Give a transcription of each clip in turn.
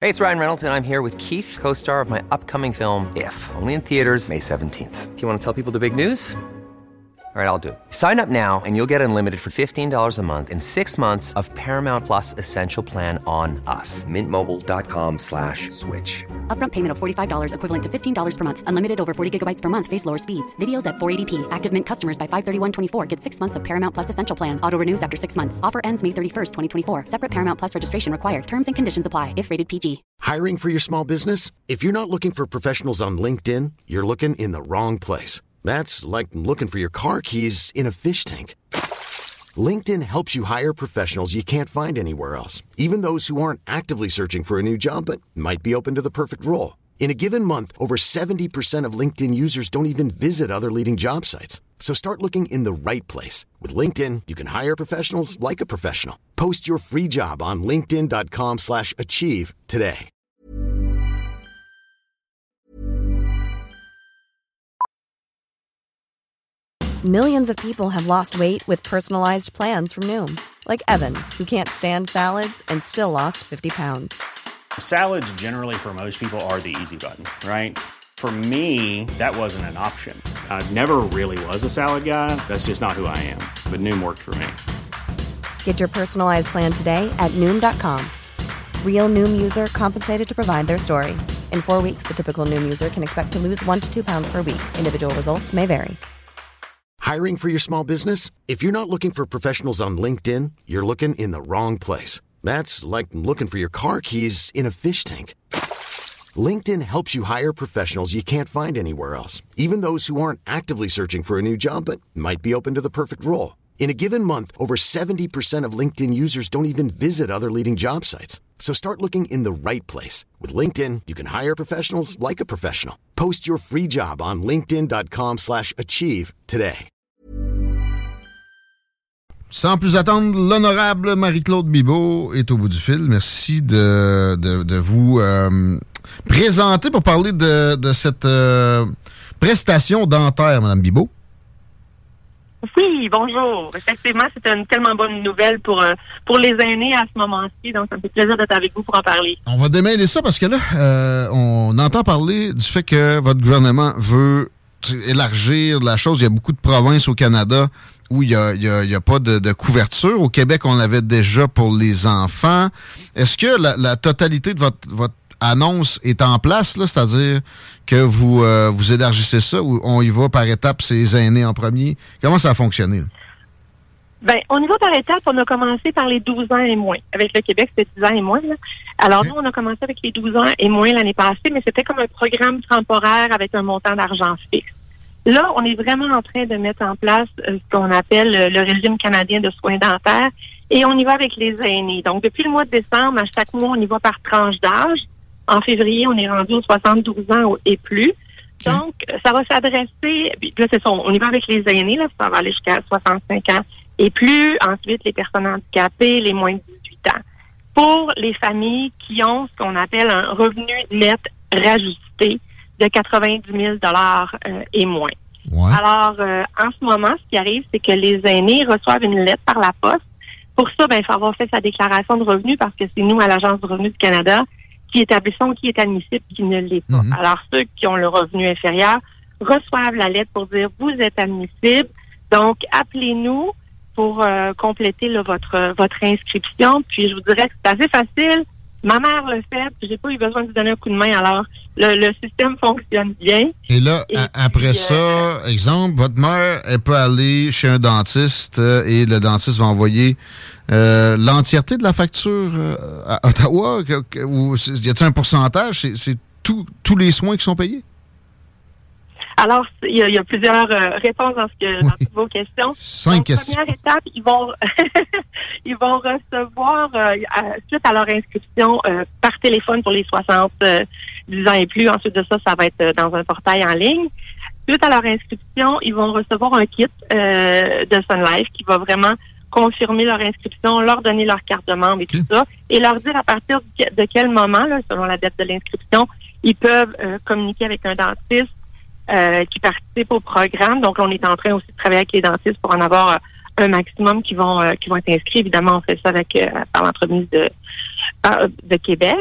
Hey, it's Ryan Reynolds, and I'm here with Keith, co-star of my upcoming film, If, only in theaters May 17th. Do you want to tell people the big news? All right, I'll do it. Sign up now and you'll get unlimited for $15 a month and 6 months of Paramount Plus Essential Plan on us. MintMobile.com/switch. Upfront payment of $45 equivalent to $15 per month. Unlimited over 40 gigabytes per month. Face lower speeds. Videos at 480p. Active Mint customers by 531.24 get 6 months of Paramount Plus Essential Plan. Auto renews after 6 months. Offer ends May 31st, 2024. Separate Paramount Plus registration required. Terms and conditions apply if rated PG. Hiring for your small business? If you're not looking for professionals on LinkedIn, you're looking in the wrong place. That's like looking for your car keys in a fish tank. LinkedIn helps you hire professionals you can't find anywhere else, even those who aren't actively searching for a new job but might be open to the perfect role. In a given month, over 70% of LinkedIn users don't even visit other leading job sites. So start looking in the right place. With LinkedIn, you can hire professionals like a professional. Post your free job on linkedin.com/achieve today. Millions of people have lost weight with personalized plans from Noom. Like Evan, who can't stand salads and still lost 50 pounds. Salads generally for most people are the easy button, right? For me, that wasn't an option. I never really was a salad guy. That's just not who I am. But Noom worked for me. Get your personalized plan today at Noom.com. Real Noom user compensated to provide their story. In 4 weeks, the typical Noom user can expect to lose 1 to 2 pounds per week. Individual results may vary. Hiring for your small business? If you're not looking for professionals on LinkedIn, you're looking in the wrong place. That's like looking for your car keys in a fish tank. LinkedIn helps you hire professionals you can't find anywhere else, even those who aren't actively searching for a new job but might be open to the perfect role. In a given month, over 70% of LinkedIn users don't even visit other leading job sites. So start looking in the right place. With LinkedIn, you can hire professionals like a professional. Post your free job on linkedin.com/achieve today. Sans plus attendre, l'honorable Marie-Claude Bibeau est au bout du fil. Merci de vous présenter pour parler de cette prestation dentaire, Mme Bibeau. Oui, bonjour. Effectivement, c'est une tellement bonne nouvelle pour les aînés à ce moment-ci. Donc, ça me fait plaisir d'être avec vous pour en parler. On va démêler ça parce que là, on entend parler du fait que votre gouvernement veut élargir la chose. Il y a beaucoup de provinces au Canada où il y a pas de couverture. Au Québec, on l'avait déjà pour les enfants. Est-ce que la totalité de votre annonce est en place, là, c'est-à-dire que vous élargissez ça ou on y va par étapes, ces aînés en premier? Comment ça a fonctionné? Bien, on y va par étapes. On a commencé par les 12 ans et moins. Avec le Québec, c'était 10 ans et moins. Là. Alors, nous, on a commencé avec les 12 ans et moins l'année passée, mais c'était comme un programme temporaire avec un montant d'argent fixe. Là, on est vraiment en train de mettre en place ce qu'on appelle le régime canadien de soins dentaires et on y va avec les aînés. Donc, depuis le mois de décembre, à chaque mois, on y va par tranche d'âge. En février, on est rendu aux 72 ans et plus. Donc, ça va s'adresser, puis là, c'est ça, on y va avec les aînés, là, ça va aller jusqu'à 65 ans et plus. Ensuite, les personnes handicapées, les moins de 18 ans. Pour les familles qui ont ce qu'on appelle un revenu net rajusté de 90 000 et moins. Ouais. Alors, en ce moment, ce qui arrive, c'est que les aînés reçoivent une lettre par la poste. Pour ça, il faut avoir fait sa déclaration de revenus parce que c'est nous, à l'Agence du revenu du Canada, qui établissons qui est admissible, qui ne l'est pas. Mm-hmm. Alors, ceux qui ont le revenu inférieur reçoivent la lettre pour dire « vous êtes admissible ». Donc, appelez-nous pour compléter là, votre inscription. Puis, je vous dirais que c'est assez facile. Ma mère le fait, puis j'ai pas eu besoin de lui donner un coup de main. Alors, le système fonctionne bien. Et là, après ça, exemple, votre mère, elle peut aller chez un dentiste et le dentiste va envoyer l'entièreté de la facture à Ottawa? Ou y a-t-il un pourcentage? C'est tous les soins qui sont payés? Alors, il y a plusieurs réponses dans toutes vos questions. 5 questions. Première étape, ils vont recevoir, suite à leur inscription, par téléphone pour les 70 ans et plus. Ensuite de ça, ça va être dans un portail en ligne. Suite à leur inscription, ils vont recevoir un kit de Sun Life qui va vraiment confirmer leur inscription, leur donner leur carte de membre et tout ça, et leur dire à partir de quel moment, là, selon la date de l'inscription, ils peuvent communiquer avec un dentiste qui participe au programme. Donc, on est en train aussi de travailler avec les dentistes pour en avoir un maximum qui vont être inscrits. Évidemment, on fait ça avec par l'entremise de Québec.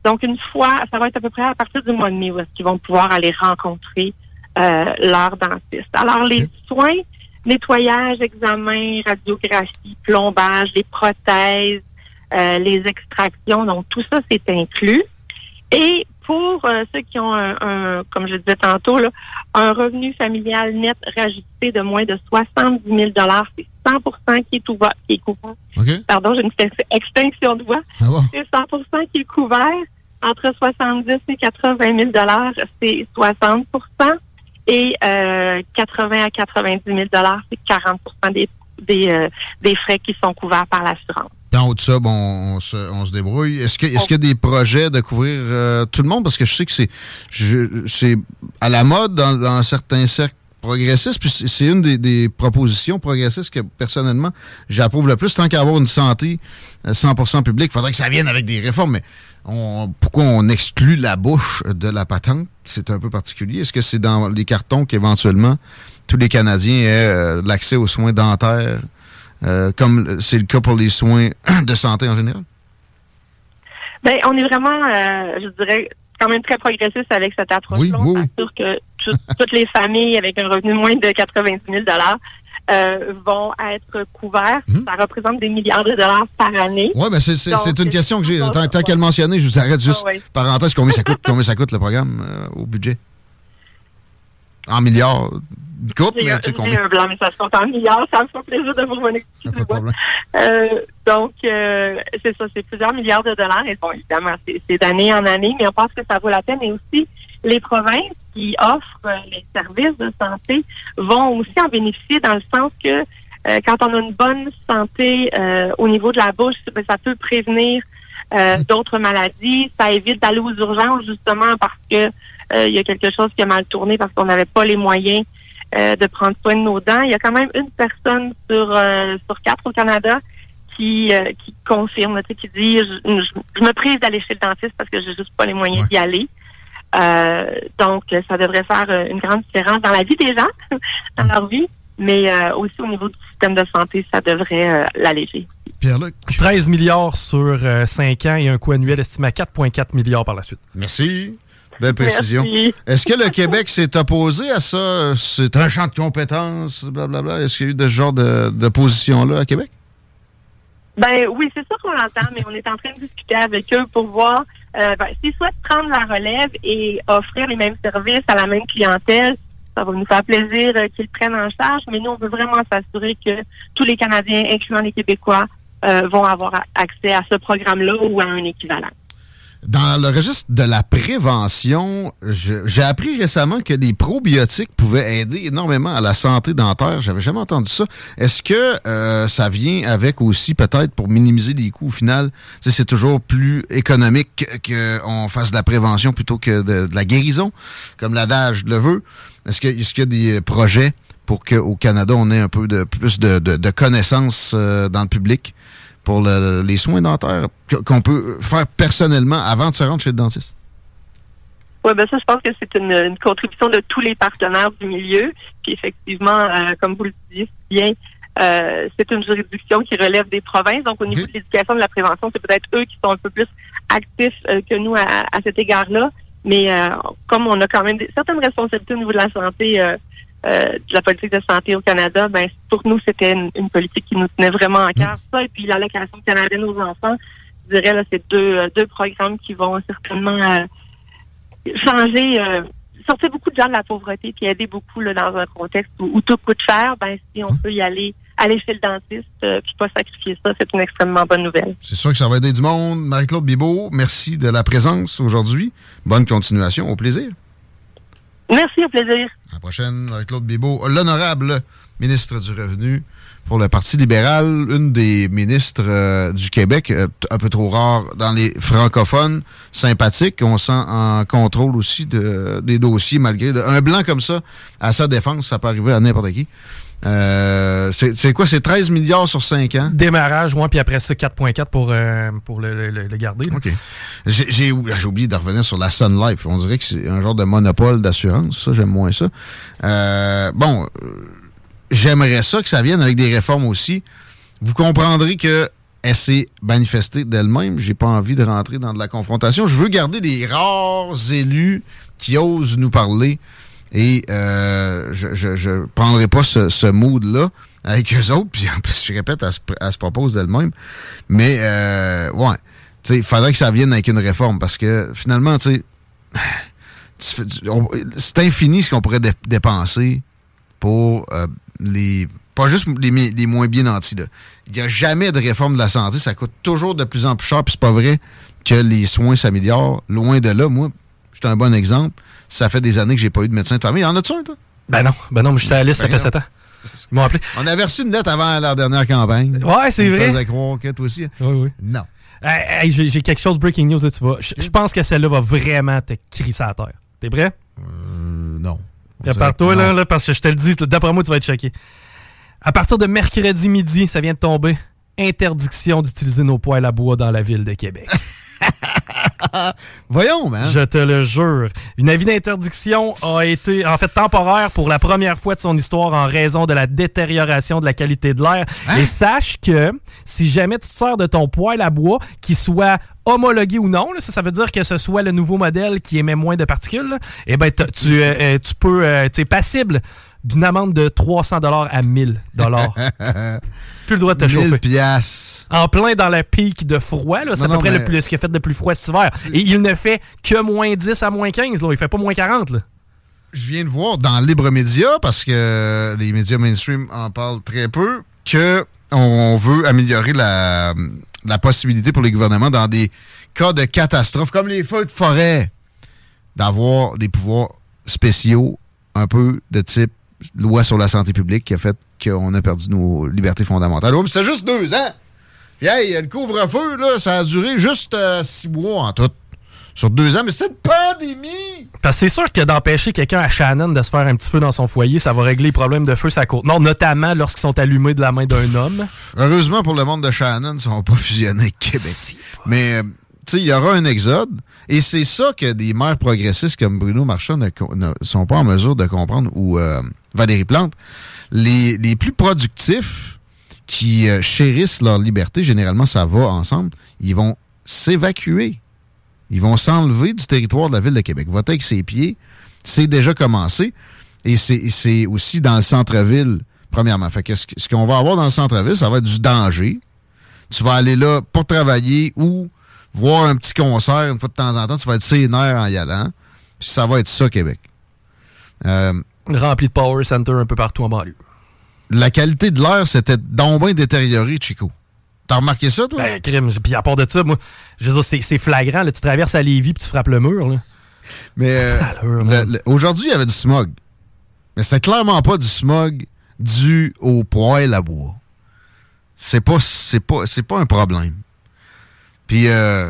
Donc, une fois, ça va être à peu près à partir du mois de mai où est-ce qu'ils vont pouvoir aller rencontrer leur dentiste. Alors, les soins, nettoyage, examen, radiographie, plombage, les prothèses, les extractions, donc tout ça, c'est inclus. Et pour ceux qui ont comme je disais tantôt, là, un revenu familial net rajusté de moins de 70 000 $, c'est 100% qui est couvert. Okay. Pardon, j'ai une extinction de voix. Ah bon? C'est 100% qui est couvert. Entre 70 et 80 000 $, c'est 60%. Et 80 à 90 000 $, c'est 40% des frais qui sont couverts par l'assurance. En haut de ça, bon, on se débrouille. Est-ce qu'il y a des projets de couvrir tout le monde? Parce que je sais que c'est à la mode dans certains cercles progressistes, puis c'est une des propositions progressistes que, personnellement, j'approuve le plus. Tant qu'à avoir une santé 100% publique, il faudrait que ça vienne avec des réformes, mais pourquoi on exclut la bouche de la patente? C'est un peu particulier. Est-ce que c'est dans les cartons qu'éventuellement tous les Canadiens aient l'accès aux soins dentaires, comme c'est le cas pour les soins de santé en général? Bien, on est vraiment, je dirais, quand même très progressiste avec cette approche-là. Oui. On s'assure que toutes les familles avec un revenu moins de 90 000 $ vont être couverts. Ça représente des milliards de dollars par année. Oui, mais c'est une question que j'ai. Tant qu'à le mentionner, je vous arrête juste, parenthèse, combien ça coûte le programme au budget? En milliards? Une coupe, mais tu sais combien? Un blanc, mais ça se compte en milliards. Ça me fait plaisir de vous revenir. Pas de problème. Donc, c'est ça, c'est plusieurs milliards de dollars. Et bon, évidemment, c'est d'année en année, mais on pense que ça vaut la peine. Et aussi, les provinces qui offrent les services de santé vont aussi en bénéficier dans le sens que quand on a une bonne santé au niveau de la bouche, ça peut prévenir d'autres maladies. Ça évite d'aller aux urgences, justement, parce que il y a quelque chose qui a mal tourné parce qu'on n'avait pas les moyens de prendre soin de nos dents. Il y a quand même une personne sur 4 au Canada qui confirme, qui dit je me prive d'aller chez le dentiste parce que j'ai juste pas les moyens d'y aller. Donc, ça devrait faire une grande différence dans la vie des gens, dans leur vie, mais aussi au niveau du système de santé, ça devrait l'alléger. Pierre-Luc. 13 milliards sur 5 ans et un coût annuel estimé à 4,4 milliards par la suite. Merci. Belle précision. Merci. Est-ce que le Québec s'est opposé à ça? C'est un champ de compétences, blablabla. Est-ce qu'il y a eu de ce genre de position-là à Québec? Ben oui, c'est sûr qu'on l'entend, mais on est en train de discuter avec eux pour voir s'ils souhaitent prendre la relève et offrir les mêmes services à la même clientèle. Ça va nous faire plaisir qu'ils le prennent en charge, mais nous, on veut vraiment s'assurer que tous les Canadiens, incluant les Québécois, vont avoir accès à ce programme-là ou à un équivalent. Dans le registre de la prévention, j'ai appris récemment que les probiotiques pouvaient aider énormément à la santé dentaire. J'avais jamais entendu ça. Est-ce que ça vient avec aussi peut-être pour minimiser les coûts au final? C'est toujours plus économique qu'on fasse de la prévention plutôt que de la guérison, comme l'adage le veut. Est-ce qu'il y a des projets pour qu'au Canada, on ait un peu plus de connaissances dans le public pour les soins dentaires qu'on peut faire personnellement avant de se rendre chez le dentiste? Oui, ben ça, je pense que c'est une contribution de tous les partenaires du milieu. Puis effectivement, comme vous le disiez bien, c'est une juridiction qui relève des provinces. Donc, au niveau de l'éducation de la prévention, c'est peut-être eux qui sont un peu plus actifs que nous à cet égard-là. Mais comme on a quand même certaines responsabilités au niveau de la santé, de la politique de santé au Canada, ben pour nous, c'était une politique qui nous tenait vraiment à cœur. Ça, et puis l'allocation canadienne aux enfants, je dirais, là, c'est deux programmes qui vont certainement changer, sortir beaucoup de gens de la pauvreté, puis aider beaucoup là, dans un contexte où tout coûte cher. Ben si on peut y aller chez le dentiste, puis pas sacrifier ça, c'est une extrêmement bonne nouvelle. C'est sûr que ça va aider du monde. Marie-Claude Bibeau, merci de la présence aujourd'hui. Bonne continuation. Au plaisir. Merci, au plaisir. À la prochaine, Marie-Claude Bibeau, l'honorable ministre du Revenu pour le Parti libéral, une des ministres du Québec, un peu trop rare dans les francophones, sympathique. On sent en contrôle aussi des dossiers, malgré un blanc comme ça, à sa défense, ça peut arriver à n'importe qui. C'est quoi? C'est 13 milliards sur 5 ans? Démarrage, puis après ça, 4,4 pour le garder. OK. J'ai oublié de revenir sur la Sun Life. On dirait que c'est un genre de monopole d'assurance. Ça, j'aime moins ça. J'aimerais ça que ça vienne avec des réformes aussi. Vous comprendrez que elle s'est manifestée d'elle-même. J'ai pas envie de rentrer dans de la confrontation. Je veux garder des rares élus qui osent nous parler. Et je prendrai pas ce mood-là avec eux autres. Puis en plus, je répète, elle se propose d'elle-même. Mais, ouais, tu sais, il faudrait que ça vienne avec une réforme. Parce que, finalement, tu sais, c'est infini ce qu'on pourrait dépenser pour pas juste les moins bien nantis. Il n'y a jamais de réforme de la santé. Ça coûte toujours de plus en plus cher. Puis c'est pas vrai que les soins s'améliorent. Loin de là, moi, je suis un bon exemple. Ça fait des années que j'ai pas eu de médecin de famille. En as-tu un, toi? Ben non, mais je suis à la liste, ça fait 7 ans. Ils m'ont appelé. On avait reçu une lettre avant la dernière campagne. Ouais, c'est vrai. On faisait croire que toi aussi. Oui. Non. Hey, j'ai quelque chose, breaking news, là, tu vas. Je pense que celle-là va vraiment te crisser à terre. T'es prêt? Non. Prépare-toi, là, parce que je te le dis, d'après moi, tu vas être choqué. À partir de mercredi midi, ça vient de tomber, interdiction d'utiliser nos poêles à bois dans la ville de Québec. Voyons, man. Je te le jure. Une avis d'interdiction a été, en fait, temporaire pour la première fois de son histoire en raison de la détérioration de la qualité de l'air. Hein? Et sache que si jamais tu te sers de ton poêle à bois, qu'il soit homologué ou non, là, ça veut dire que ce soit le nouveau modèle qui émet moins de particules, là, eh ben, tu es passible d'une amende de 300$ à 1000$. Plus le droit de te chauffer. 1000$. En plein dans la pique de froid, là, c'est à peu près ce qui a fait de plus froid cet hiver. Et il ne fait que moins 10 à moins 15, là. Il fait pas moins 40. Là. Je viens de voir dans Libre Média, parce que les médias mainstream en parlent très peu, qu'on veut améliorer la possibilité pour les gouvernements dans des cas de catastrophe, comme les feux de forêt, d'avoir des pouvoirs spéciaux un peu de type loi sur la santé publique qui a fait qu'on a perdu nos libertés fondamentales. Oh, c'est juste 2 ans. Puis, hey, le couvre-feu, là, ça a duré juste 6 mois en tout. Sur 2 ans, mais c'était une pandémie! Parce que c'est sûr que d'empêcher quelqu'un à Shannon de se faire un petit feu dans son foyer, ça va régler les problèmes de feu sur la côte. Non, notamment lorsqu'ils sont allumés de la main d'un homme. Heureusement pour le monde de Shannon, ils ne sont pas fusionnés avec Québec. Mais, tu sais, il y aura un exode. Et c'est ça que des maires progressistes comme Bruno Marchand ne sont pas en mesure de comprendre, ou Valérie Plante. Les plus productifs qui chérissent leur liberté, généralement, ça va ensemble, ils vont s'évacuer. Ils vont s'enlever du territoire de la Ville de Québec. Voter avec ses pieds, c'est déjà commencé. Et c'est aussi dans le centre-ville, premièrement. Fait que ce qu'on va avoir dans le centre-ville, ça va être du danger. Tu vas aller là pour travailler ou voir un petit concert une fois de temps en temps. Tu vas être sénère en y allant. Puis ça va être ça, Québec. Rempli de power center un peu partout en banlieue. La qualité de l'air s'était donc bien détériorée, Chico. T'as remarqué ça, toi? Ben, crime. Puis à part de ça, moi, je veux dire, c'est flagrant. Là, tu traverses à Lévis puis tu frappes le mur. Là. Mais aujourd'hui, il y avait du smog. Mais c'était clairement pas du smog dû au poêle à bois. C'est pas un problème. Puis,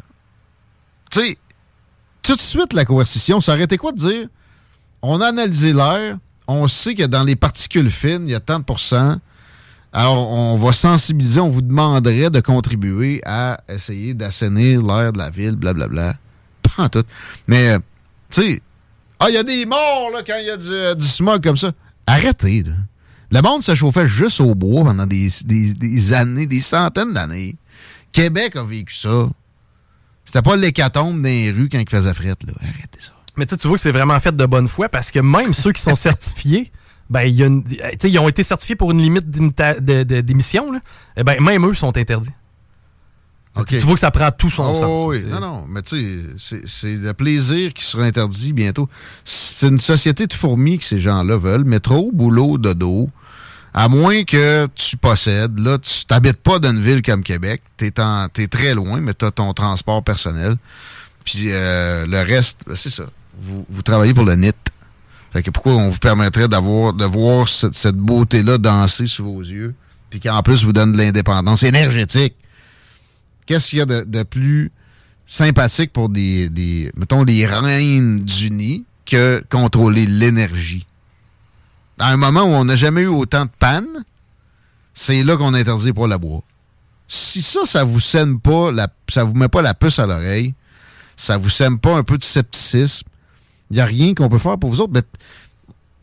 tu sais, tout de suite, la coercition, ça aurait été quoi de dire? On a analysé l'air, on sait que dans les particules fines, il y a tant de pourcents. Alors, on va sensibiliser, on vous demanderait de contribuer à essayer d'assainir l'air de la ville, blablabla. Pas en tout. Mais, tu sais, il y a des morts là, quand il y a du smog comme ça. Arrêtez, là. Le monde se chauffait juste au bois pendant des années, des centaines d'années. Québec a vécu ça. C'était pas l'hécatombe dans les rues quand il faisait fret, là. Arrêtez ça. Mais tu vois que c'est vraiment fait de bonne foi parce que même ceux qui sont certifiés, ben, ils ont été certifiés pour une limite d'émission, là. Eh ben, même eux sont interdits. Okay. Tu vois que ça prend tout son sens. Oui, non, mais tu sais, c'est le plaisir qui sera interdit bientôt. C'est une société de fourmis que ces gens-là veulent. Métro, boulot, dodo. À moins que tu possèdes, là, tu t'habites pas dans une ville comme Québec. T'es très loin, mais t'as ton transport personnel. Puis le reste, ben, c'est ça. Vous travaillez pour le NIT. Fait que pourquoi on vous permettrait de voir cette beauté-là danser sous vos yeux, puis qu'en plus vous donne de l'indépendance énergétique? Qu'est-ce qu'il y a de plus sympathique pour mettons, les reines du nid que contrôler l'énergie? À un moment où on n'a jamais eu autant de panne, c'est là qu'on interdit pour la bois. Si ça vous sème pas, ça vous met pas la puce à l'oreille, ça vous sème pas un peu de scepticisme, il n'y a rien qu'on peut faire pour vous autres. Mais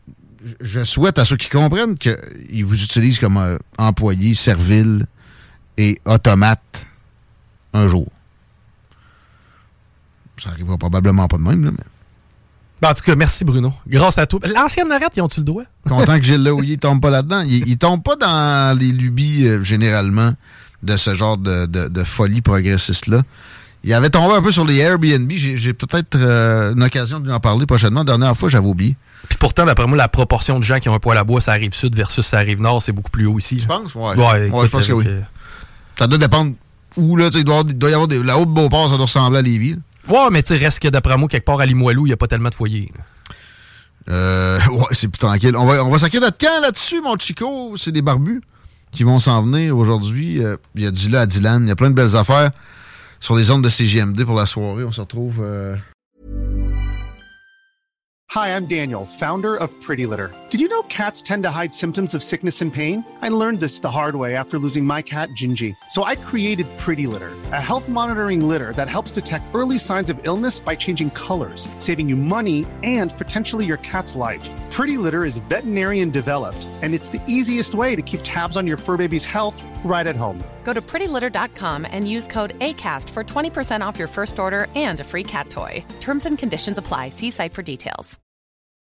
je souhaite à ceux qui comprennent qu'ils vous utilisent comme employés serviles et automate un jour. Ça arrivera probablement pas de même, là, mais... Ben, en tout cas, merci Bruno. Grâce à toi. L'ancienne Norette, ils ont-tu le doigt? Content que Gilles Laouillet tombe pas là-dedans. Il tombe pas dans les lubies, généralement, de ce genre de folie progressiste-là. Il avait tombé un peu sur les Airbnb. J'ai peut-être une occasion de lui en parler prochainement. La dernière fois, j'avais oublié. Puis pourtant, d'après moi, la proportion de gens qui ont un poêle à bois, ça arrive sud versus ça arrive nord, c'est beaucoup plus haut ici. Tu penses? Ouais. Ouais, je pense que oui. Ça doit dépendre où, là. Il doit y avoir la Haute-Beauport, ça doit ressembler à Lévis. Là. Ouais, mais tu sais, reste que d'après moi, quelque part à Limoilou, il n'y a pas tellement de foyers. Ouais, c'est plus tranquille. On va sacrer notre camp là-dessus, mon Chico. C'est des barbus qui vont s'en venir aujourd'hui. Il y a du là à Dylan. Il y a plein de belles affaires sur les ondes de CJMD pour la soirée. On se retrouve... Hi, I'm Daniel, founder of Pretty Litter. Did you know cats tend to hide symptoms of sickness and pain? I learned this the hard way after losing my cat, Gingy. So I created Pretty Litter, a health monitoring litter that helps detect early signs of illness by changing colors, saving you money and potentially your cat's life. Pretty Litter is veterinarian developed, and it's the easiest way to keep tabs on your fur baby's health right at home. Go to prettylitter.com and use code ACAST for 20% off your first order and a free cat toy. Terms and conditions apply. See site for details.